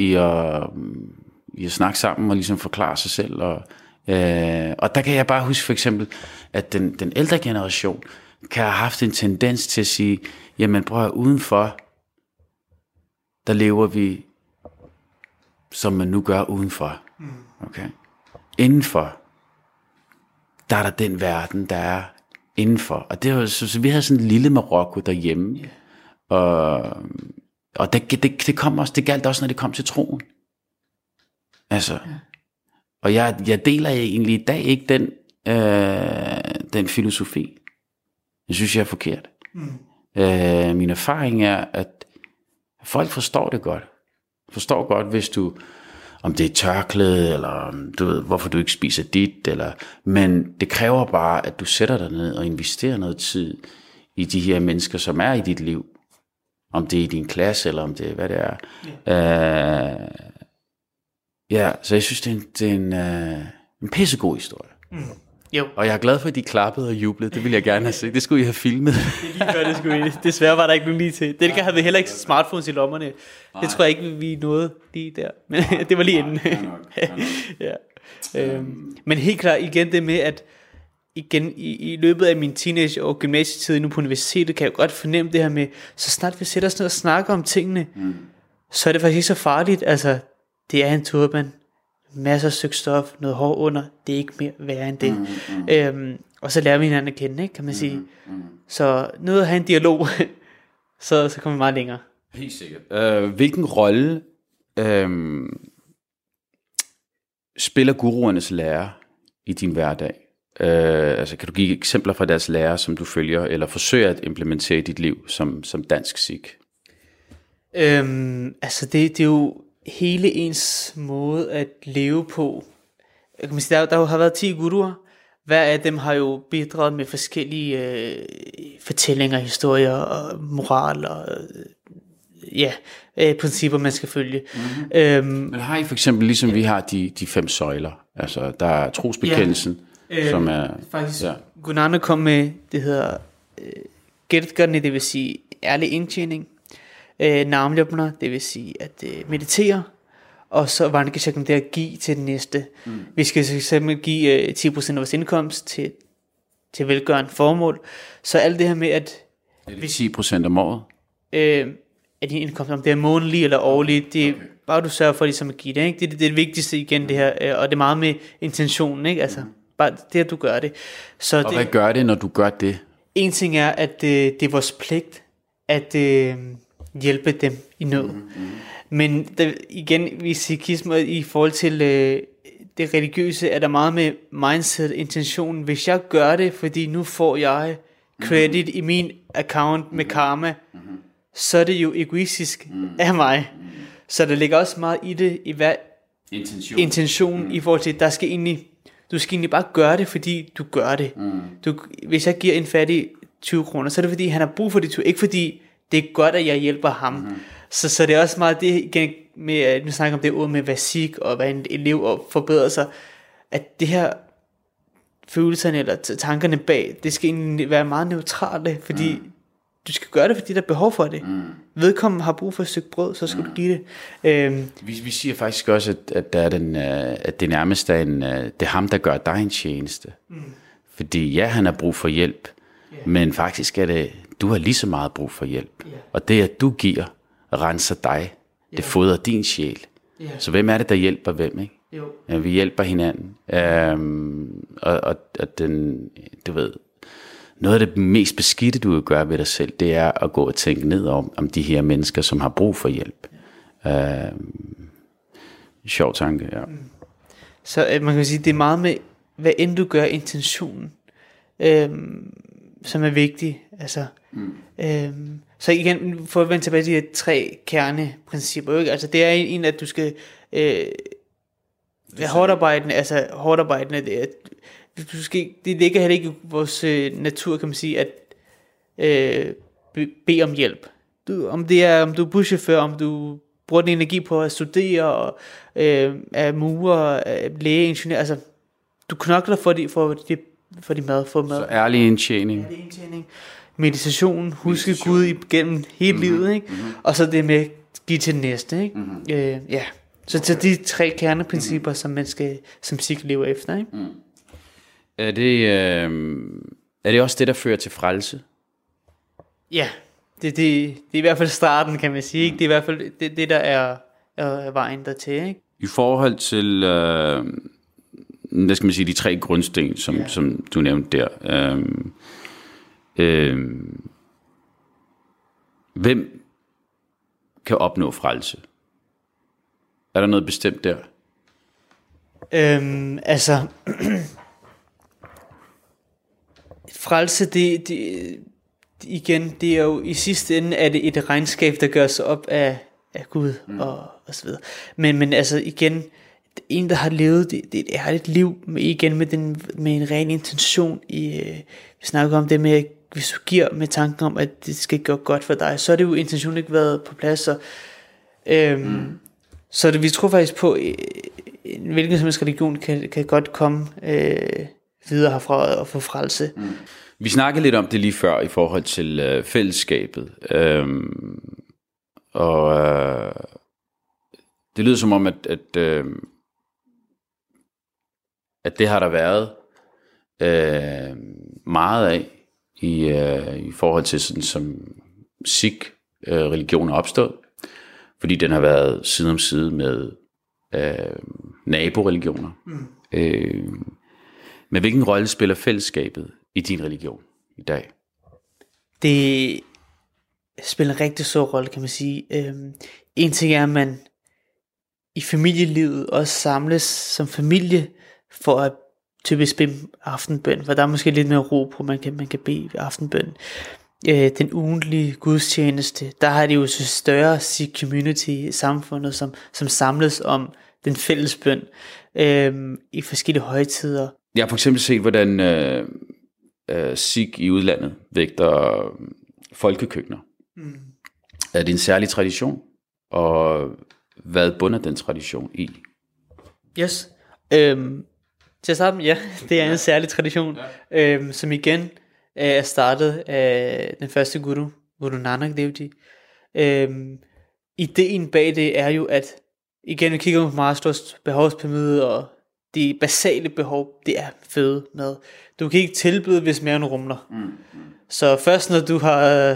Speaker 1: at snakke sammen og ligesom forklare sig selv. Og der kan jeg bare huske for eksempel, at den ældre generation kan have haft en tendens til at sige, jamen prøv at udenfor, der lever vi, som man nu gør udenfor. Okay? Indenfor, der er der den verden, der er indenfor. Og det var, så vi havde sådan en lille Marokko derhjemme. Og det kom også, det galt også, når det kom til troen. Altså, og jeg deler egentlig i dag ikke den filosofi. Jeg synes, jeg er forkert. Min erfaring er, at folk forstår det godt. Forstår godt, hvis du, om det er tørklæde, eller du ved, hvorfor du ikke spiser dit, men det kræver bare, at du sætter dig ned og investerer noget tid i de her mennesker, som er i dit liv. Om det er i din klasse, eller om det er, hvad det er. Så jeg synes, det er en pissegod historie.
Speaker 2: Jo.
Speaker 1: Og jeg er glad for, at de klappede og jublede. Det ville jeg gerne have set. Det skulle I have filmet.
Speaker 2: Det skulle I. Desværre var der ikke nogen lige til. Det havde vi heller ikke smartphones i lommerne. Det tror jeg ikke, vi nåede lige der. Men det var lige inden. Men helt klart igen det med, at igen i løbet af min teenage- og gymnasietid nu på universitetet, kan jeg godt fornemme det her med, så snart vi sætter os ned og snakker om tingene, så er det faktisk ikke så farligt. Altså, det er en turban, masser af stykke stof, noget hår under, det er ikke mere værre end det. Og så lærer vi hinanden at kende, ikke, kan man sige. Så noget at have en dialog, så kommer vi meget længere.
Speaker 1: Helt sikkert. Hvilken rolle spiller guruernes lære i din hverdag? Altså, kan du give eksempler fra deres lære, som du følger, eller forsøger at implementere i dit liv som dansk sikh?
Speaker 2: Altså, det er jo hele ens måde at leve på. Jeg kan sige, der har været 10 guruer. Hver af dem har jo bidraget med forskellige fortællinger, historier og moral og principper, man skal følge.
Speaker 1: Men har I for eksempel, ligesom vi har de 5 søjler, altså der er trosbekendelsen, som er...
Speaker 2: Faktisk, Guru Nanak kom med, det hedder Girtgarne, det vil sige ærlig indtjening. Namjapna, det vil sige at meditere. Og så Varnakashakam, det er at give til den næste. Vi skal simpelthen give 10% af vores indkomst til velgørende formål. Så alt det her med at...
Speaker 1: Er det 10% om året?
Speaker 2: Af din indkomst, om det er månedlig eller årlig, det er bare du sørger for ligesom at give det, ikke? Det er det vigtigste igen det her, og det er meget med intentionen, ikke? Altså, bare det at du gør det. Så
Speaker 1: og hvad gør det, når du gør det?
Speaker 2: En ting er, at det er vores pligt at hjælpe dem i nød. Men igen, i sikhisme i forhold til det religiøse, er der meget med mindset, intentionen. Hvis jeg gør det, fordi nu får jeg credit i min account med karma, så er det jo egoistisk af mig. Så der ligger også meget i det, i hvad intention i forhold til, du skal egentlig bare gøre det, fordi du gør det. Hvis jeg giver en fattig 20 kroner, så er det fordi, han har brug for de 20, ikke fordi det er godt, at jeg hjælper ham. Så det er også meget det igen med, at nu snakker om det ord med vasik, og hvad en elev og forbedrer sig, at det her følelserne eller tankerne bag, det skal egentlig være meget neutrale, fordi du skal gøre det, fordi der er behov for det. Vedkommende har brug for et stykke brød, så skal du give det.
Speaker 1: Vi siger faktisk også, at, der er at det nærmest er det er ham, der gør dig en tjeneste. Fordi han har brug for hjælp, men faktisk er det, du har lige så meget brug for hjælp. Og det, at du giver, renser dig. Det fodrer din sjæl. Så hvem er det, der hjælper hvem, ikke? Jo. Vi hjælper hinanden. Og du ved, noget af det mest beskidte, du kan gøre ved dig selv, det er at gå og tænke ned om de her mennesker, som har brug for hjælp. Sjov tanke, ja.
Speaker 2: Så man kan sige, det er meget med, hvad end du gør, intentionen, som er vigtig. Altså, så igen, for at vende tilbage til de her 3 kerneprincipper, ikke? Altså det er en, at du skal være hårdt arbejdende, det ligger heller ikke i vores natur, kan man sige, at bede om hjælp. Om du er buschauffør, om du bruger din energi på at studere, og er murer, læge, ingeniør, altså du knokler for får de mad, får mad.
Speaker 1: Så ærlig indtjening.
Speaker 2: Ærlig indtjening. Meditation, huske Gud igennem hele livet, ikke? Og så det med at give til den næste, ikke? Ja. Så de 3 kerneprincipper, som man skal som sikh lever efter, ikke?
Speaker 1: Er det også det, der fører til frelse?
Speaker 2: Ja, det er i hvert fald starten, kan man sige, ikke? Det er i hvert fald det der er vejen dertil, ikke?
Speaker 1: I forhold til, hvad skal man sige, de 3 grundsten, som du nævnte der. Hvem kan opnå frelse? Er der noget bestemt der?
Speaker 2: Altså frelse, igen, det er jo i sidste ende er det et regnskab, der gør sig op af Gud og så videre. Men altså igen, en der har levet det er et liv med en ren intention vi snakker om det med, hvis du giver med tanken om at det skal gå godt for dig, så er det jo intentionen ikke været på plads. Så vi tror faktisk på hvilken som helst religion kan godt komme videre herfra og få frelse.
Speaker 1: Vi snakkede lidt om det lige før i forhold til fællesskabet. Det lyder som om at det har der været meget af i forhold til sådan som Sikh religion er opstået, fordi den har været side om side med naboreligioner. Men hvilken rolle spiller fællesskabet i din religion i dag?
Speaker 2: Det spiller en rigtig stor rolle, kan man sige. En ting er, at man i familielivet også samles som familie for at typisk bede aftenbøn, for der er måske lidt mere ro på, man kan bede aftenbøn. Den ugentlige gudstjeneste, der har det jo så større community i samfundet, som samles om den fælles bøn i forskellige højtider.
Speaker 1: Jeg har for eksempel set, hvordan Sikh i udlandet vægter folkekøkkener. Er det en særlig tradition? Og hvad bunder den tradition i?
Speaker 2: Yes. Til at starte med, ja, det er en særlig tradition, som igen er startet af den første Guru Nanak Dev Ji. Ideen bag det er jo, at igen vi kigger på Maslows behovspyramide, og de basale behov, det er føde, mad. Du kan ikke tilbyde, hvis maven rumler. Så først når du har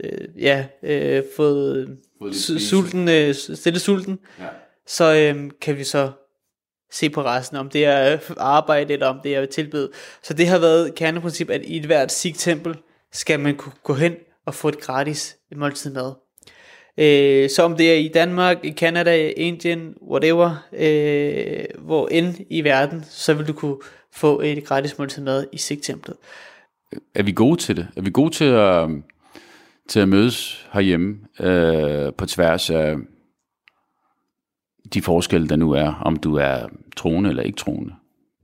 Speaker 2: fået stille sulten, så kan vi så se på resten, om det er arbejde, eller om det er tilbud. Så det har været kerneprincip, at i et hvert Sikh-tempel skal man kunne gå hen og få et gratis måltid mad. Så om det er i Danmark, i Canada, Indien, whatever, hvor end i verden, så vil du kunne få et gratis måltid mad i Sikh-templet.
Speaker 1: Er vi gode til det? Er vi gode til at mødes herhjemme på tværs af de forskelle, der nu er, om du er troende eller ikke troende?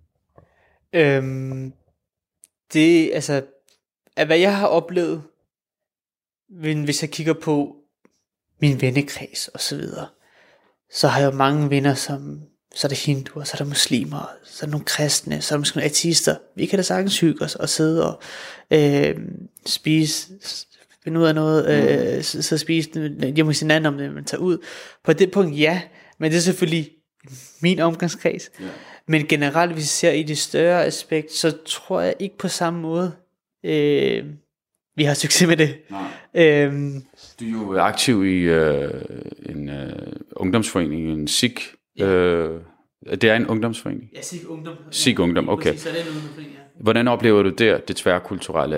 Speaker 2: Det, altså, af hvad jeg har oplevet, hvis jeg kigger på min vennekreds og så videre, så har jeg jo mange venner, så er der hinduer, så er der muslimer, så er der nogle kristne, så er der måske nogle ateister. Vi kan da sagtens hygge os og sidde og spise, finde ud af noget, så spise hjemme hos hinanden, om det man tager ud. På det punkt, ja, men det er selvfølgelig min omgangskreds. Yeah. Men generelt, hvis vi ser i det større aspekt, så tror jeg ikke på samme måde, vi har succes med det.
Speaker 1: Du er jo aktiv i en ungdomsforening, en Sikh. Det er en ungdomsforening?
Speaker 2: Ja, Sikh Ungdom.
Speaker 1: Sikh Ungdom, okay.
Speaker 2: Præcis, så er det en ungdomsforening, ja. Hvordan
Speaker 1: oplever du det tværkulturelle?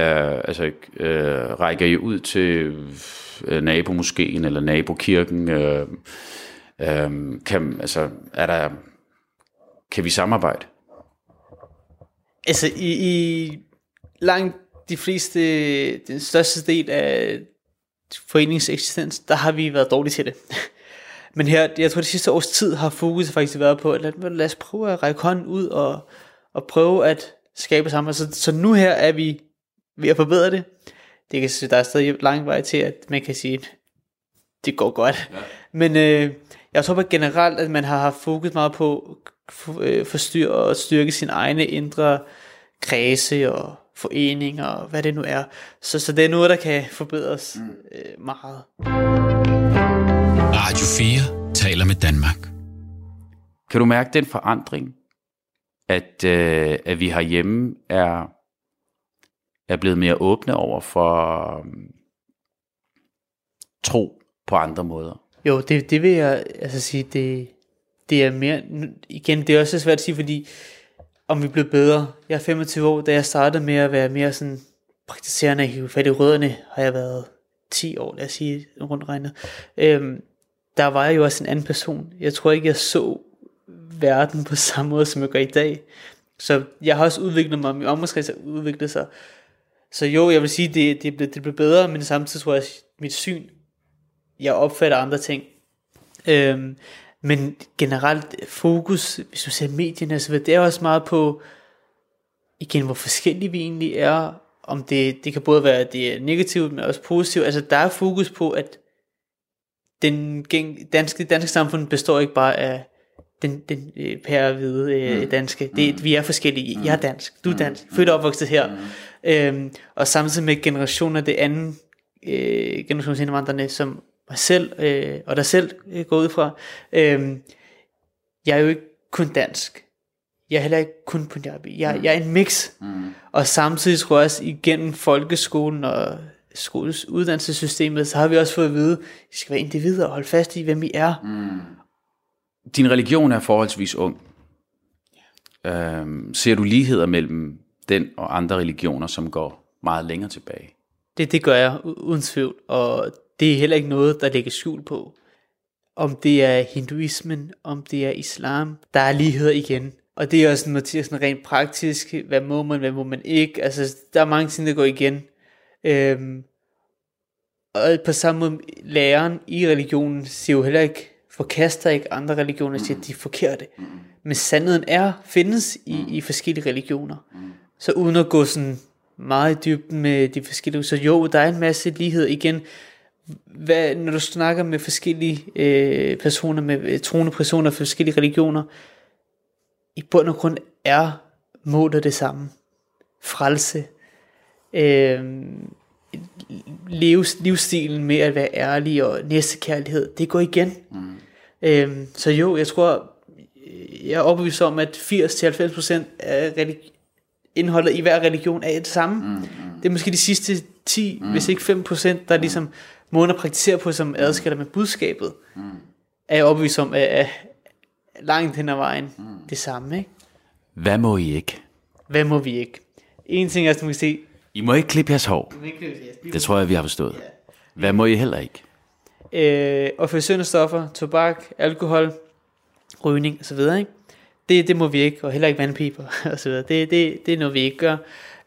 Speaker 1: Rækker I ud til nabomoskeen eller nabokirken? Kan vi samarbejde?
Speaker 2: Altså i langt de fleste, den største del af foreningens eksistens, der har vi været dårlige til det. Men her, jeg tror det sidste års tid har fokus faktisk været på, at lad os prøve at række hånden ud og prøve at skabe sammen. Så nu her er vi ved at forbedre det. Der er stadig lang vej til, at man kan sige, det går godt. Ja. Men jeg tror generelt, at man har haft fokus meget på forstyr og styrke sin egne indre kredse og foreninger og hvad det nu er. Så det er noget, der kan forbedres meget.
Speaker 1: Radio 4 taler med Danmark. Kan du mærke den forandring, at vi herhjemme er blevet mere åbne over for tro på andre måder?
Speaker 2: Jo, det vil jeg altså sige, det er mere, igen, det er også svært at sige, fordi om vi blev bedre. Jeg er 25 år, da jeg startede med at være mere sådan praktiserende i fat i rødderne, har jeg været 10 år, lad os sige, rundt regnet. Der var jeg jo også en anden person. Jeg tror ikke, jeg så verden på samme måde, som jeg gør i dag. Så jeg har også udviklet mig, min omgangskreds har udviklet sig. Så jo, jeg vil sige, det blev bedre, men samtidig tror jeg, at mit syn, jeg opfatter andre ting. Men generelt fokus, hvis du ser medierne så det er også meget på, igen, hvor forskellige vi egentlig er. Om det kan både være, at det er negativt, men også positivt. Altså der er fokus på, at den danske samfund består ikke bare af den pærehvide danske. Vi er forskellige. Jeg er dansk, du er dansk, født og opvokset her. Og samtidig med generationer, det anden generationsindvandrerne, som mig selv og dig selv går ud fra. Jeg er jo ikke kun dansk. Jeg er heller ikke kun punjabi. Jeg er en mix. Og samtidig tror jeg også igennem folkeskolen og skolens uddannelsessystemet, så har vi også fået at vide, at vi skal være individer og holde fast i, hvem vi er.
Speaker 1: Din religion er forholdsvis ung. Ser du ligheder mellem den og andre religioner, som går meget længere tilbage?
Speaker 2: Det gør jeg uden tvivl, og det er heller ikke noget, der lægger skjul på. Om det er hinduismen, om det er islam, der er ligheder igen. Og det er også sådan rent praktisk, hvad må man ikke. Altså, der er mange ting, der går igen. Og på samme måde, læreren i religionen siger jo heller ikke, forkaster ikke andre religioner, siger, at de er forkerte. Men sandheden findes i forskellige religioner. Så uden at gå sådan meget i dybden med de forskellige, så jo, der er en masse lighed igen. Når du snakker med forskellige personer, med troende personer fra forskellige religioner, i bund og grund er målet det samme. Frelse. Livsstilen med at være ærlig og næstekærlighed, det går igen. Så jo, jeg tror, jeg er overbevist om, at 80-90% af indholdet i hver religion er det samme. Det er måske de sidste 10, hvis ikke 5%, der ligesom måden at praktisere på, som adskiller med budskabet, er jeg overbevist om, at langt hen ad vejen det samme. Ikke?
Speaker 1: Hvad må I ikke?
Speaker 2: Hvad må vi ikke? En ting er, som man kan se,
Speaker 1: I må ikke klippe jeres hår. Det tror jeg, vi har forstået. Hvad må I heller ikke?
Speaker 2: Euforiserende stoffer, tobak, alkohol, rygning osv. Det må vi ikke, og heller ikke vandpiber osv. Det er noget, vi ikke gør.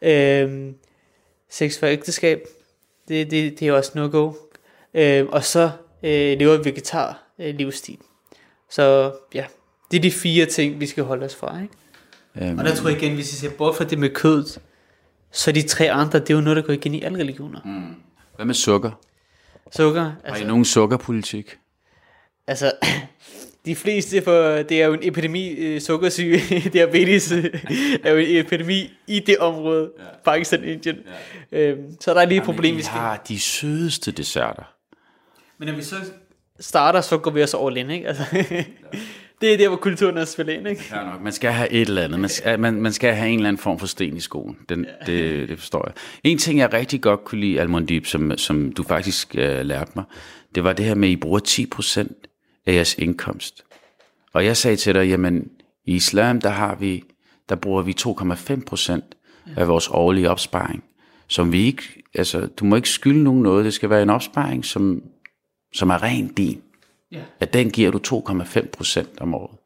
Speaker 2: Sex for ægteskab, det er også no-go. Og så lever vi vegetar livsstil. Så ja, det er de 4 ting, vi skal holde os fra. Ikke? Og der tror jeg igen, hvis vi ser bort fra det med kødet, så de 3 andre, det er jo noget, der går igen i alle religioner.
Speaker 1: Hvad med sukker?
Speaker 2: Sukker?
Speaker 1: Har I nogen sukkerpolitik?
Speaker 2: Altså, de fleste, for det er jo en epidemi, sukkersyge, diabetes, er jo en epidemi i det område, Pakistan, Indien. Så der er lige et problem, vi skal...
Speaker 1: har de sødeste desserter.
Speaker 2: Men når vi så starter, så går vi også all in, ikke? Altså, det er der, hvor kulturen er spillet ind, ikke?
Speaker 1: Ja, nok. Man skal have et eller andet. Man skal have en eller anden form for sten i skoen. Det forstår jeg. En ting, jeg rigtig godt kunne lide, Almondib, som du faktisk lærte mig, det var det her med, at I bruger 10% af jeres indkomst. Og jeg sagde til dig, jamen i islam, der bruger vi 2,5% af vores årlige opsparing, som vi ikke, altså du må ikke skylde nogen noget, det skal være en opsparing, som er ren din. At den giver du 2,5% om året.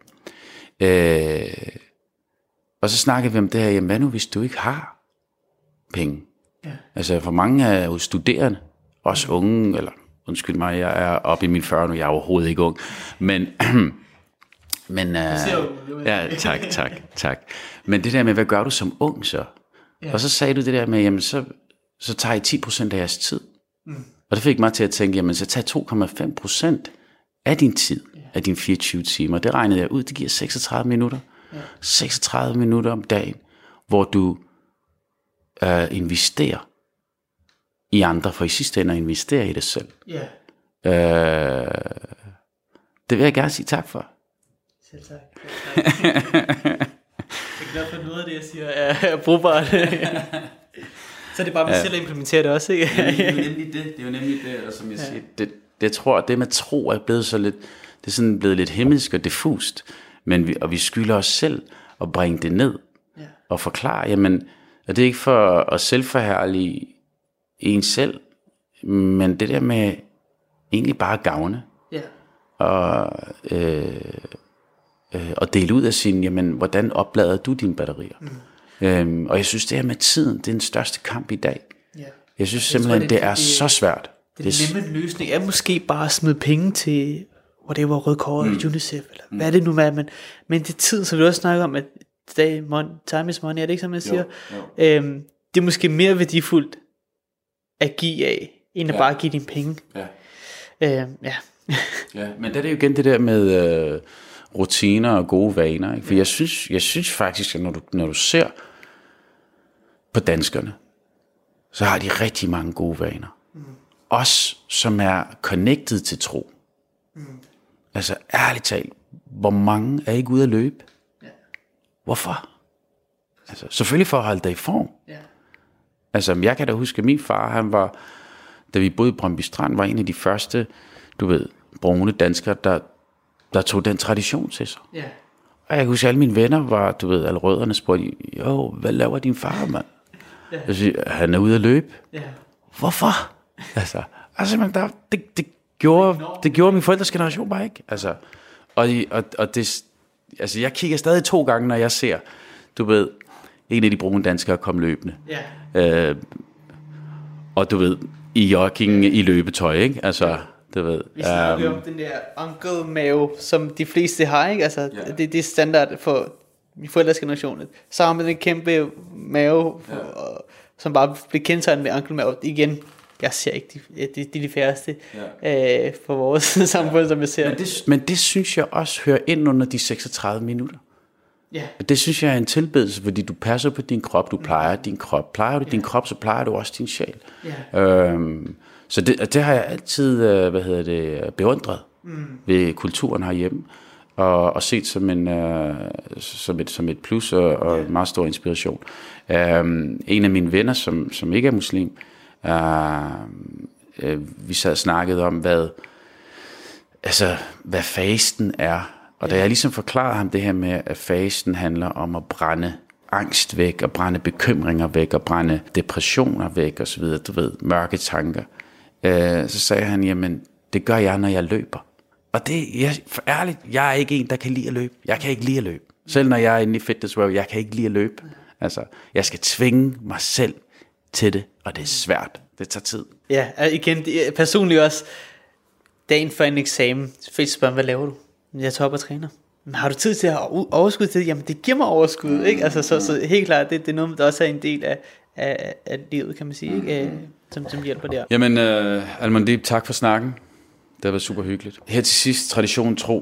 Speaker 1: Og så snakker vi om det her, jamen hvad nu hvis du ikke har penge? Altså for mange er jo studerende, også unge, eller undskyld mig, jeg er oppe i mine 40 nu, jeg er overhovedet ikke ung, men ja, tak. Men det der med, hvad gør du som ung så? Og så sagde du det der med, jamen så tager I 10% af jeres tid. Og det fik mig til at tænke, jamen så tag 2,5% af din tid, af dine 24 timer. Det regnede jeg ud, det giver 36 minutter. 36 minutter om dagen, hvor du
Speaker 3: investere i andre, for i sidste ende at investere i dig selv.
Speaker 2: Ja.
Speaker 3: Det vil jeg gerne sige tak for.
Speaker 2: Selv tak. Jeg er glad for noget af det, jeg siger, er brugbart. Så er det bare mig selv at implementere det også, ikke?
Speaker 3: Det er jo nemlig det, og som jeg siger, det tror jeg, det med tro er blevet så lidt, det er sådan blevet lidt himmelsk og diffust, men vi skylder os selv at bringe det ned, og forklare, jamen, og det er ikke for at selvforherlige en selv, men det der med egentlig bare at gavne, og dele ud af sin, jamen, hvordan oplader du dine batterier? Og jeg synes, det her med tiden, det er den største kamp i dag. Jeg synes simpelthen, det er så svært.
Speaker 2: Det nemme løsning er måske bare at smide penge til whatever, Røde Kors eller UNICEF, eller hvad er det nu er, men det er tid, som vi også snakker om, at time is money, er det ikke, som man siger? Det er måske mere værdifuldt at give af, end at bare give dine penge.
Speaker 3: Ja, men det er jo igen det der med rutiner og gode vaner, ikke? For jeg synes faktisk, at når du ser på danskerne, så har de rigtig mange gode vaner. Os, som er connected til tro. Altså ærligt talt, hvor mange er ikke ude at løbe? Hvorfor? Altså, selvfølgelig for at holde dig i form. Altså, jeg kan da huske, at min far, han var, da vi boede i Brøndby Strand, var en af de første, du ved, brune danskere, der tog den tradition til sig. Og jeg kan huske, at alle mine venner var, du ved, alle rødderne spurgte, jo, hvad laver din far, mand? Jeg siger, han er ude at løbe. Hvorfor? Altså det gjorde min forældres generation bare ikke. Altså, og det, altså, jeg kigger stadig 2 gange, når jeg ser, du ved, en af de brune danskere komme løbende. Og du ved, i jogging i løbetøj, ikke? Altså, du ved.
Speaker 2: Vi snakker jo om den der onkel-mave, som de fleste har, ikke? Altså, det er standard for min forældres generation. Så har man den kæmpe mave, som bare bliver kendetegnet med onkel-mave. Igen, jeg ser ikke, det er de færreste for vores samfund, som jeg ser.
Speaker 3: Men det synes jeg også hører ind under de 36 minutter. Det synes jeg er en tilbedelse, fordi du passer på din krop, du plejer din krop. Plejer du din krop, så plejer du også din sjæl. Så det har jeg altid beundret ved kulturen herhjemme, og set som et plus og en meget stor inspiration. En af mine venner, som ikke er muslim, vi sad og snakkede om, hvad fasten er. Og da jeg ligesom forklarede ham det her med, at fasten handler om at brænde angst væk, og brænde bekymringer væk, og brænde depressioner væk, og så videre, du ved, mørke tanker, så sagde han, jamen, det gør jeg, når jeg løber. Og det, for ærligt, jeg er ikke en, der kan lide at løbe. Jeg kan ikke lide at løbe. Selv når jeg er inde i Fitness World, jeg kan ikke lide at løbe. Altså, jeg skal tvinge mig selv til det, og det er svært. Det tager tid.
Speaker 2: Ja, igen, personligt også, dagen før en eksamen, så spørger, hvad laver du? Jeg tager op og træner. Men har du tid til at have overskud til det? Jamen, det giver mig overskud, ikke? Altså, så helt klart, det er noget, der også er en del af livet, kan man sige, ikke? Som hjælper der.
Speaker 3: Jamen, Almondib, tak for snakken. Det har været super hyggeligt. Her til sidst, tradition tro.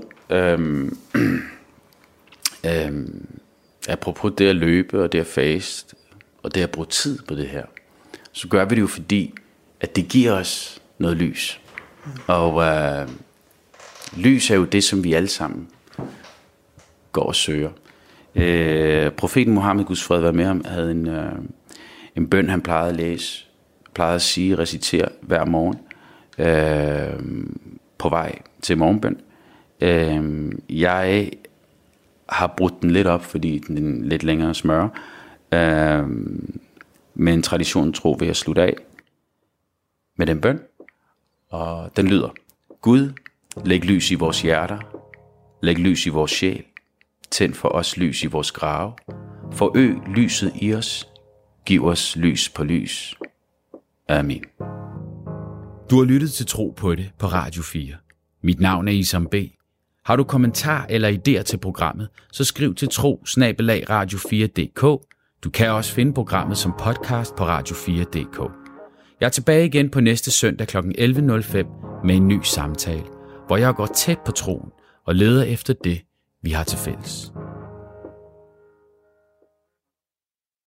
Speaker 3: Apropos det at løbe, og det at faste, og det at bruge tid på det her, så gør vi det jo fordi, at det giver os noget lys. Og lys er jo det, som vi alle sammen går og søger. Profeten Muhammed, Guds fred være med ham, havde en bøn, han plejede at læse, plejede at sige, recitere hver morgen på vej til morgenbøn. Jeg har brudt den lidt op, fordi den er lidt længere smør. Men traditionen tro vil jeg slutte af med den bøn. Og den lyder: Gud, læg lys i vores hjerter, læg lys i vores sjæl, tænd for os lys i vores grave, forøg lyset i os, giv os lys på lys. Amen.
Speaker 1: Du har lyttet til Tro på det på Radio 4. Mit navn er Isam B. Har du kommentar eller idéer til programmet, så skriv til tro@radio4.dk. Du kan også finde programmet som podcast på radio4.dk. Jeg er tilbage igen på næste søndag kl. 11.05 med en ny samtale, hvor jeg går tæt på troen og leder efter det, vi har til fælles.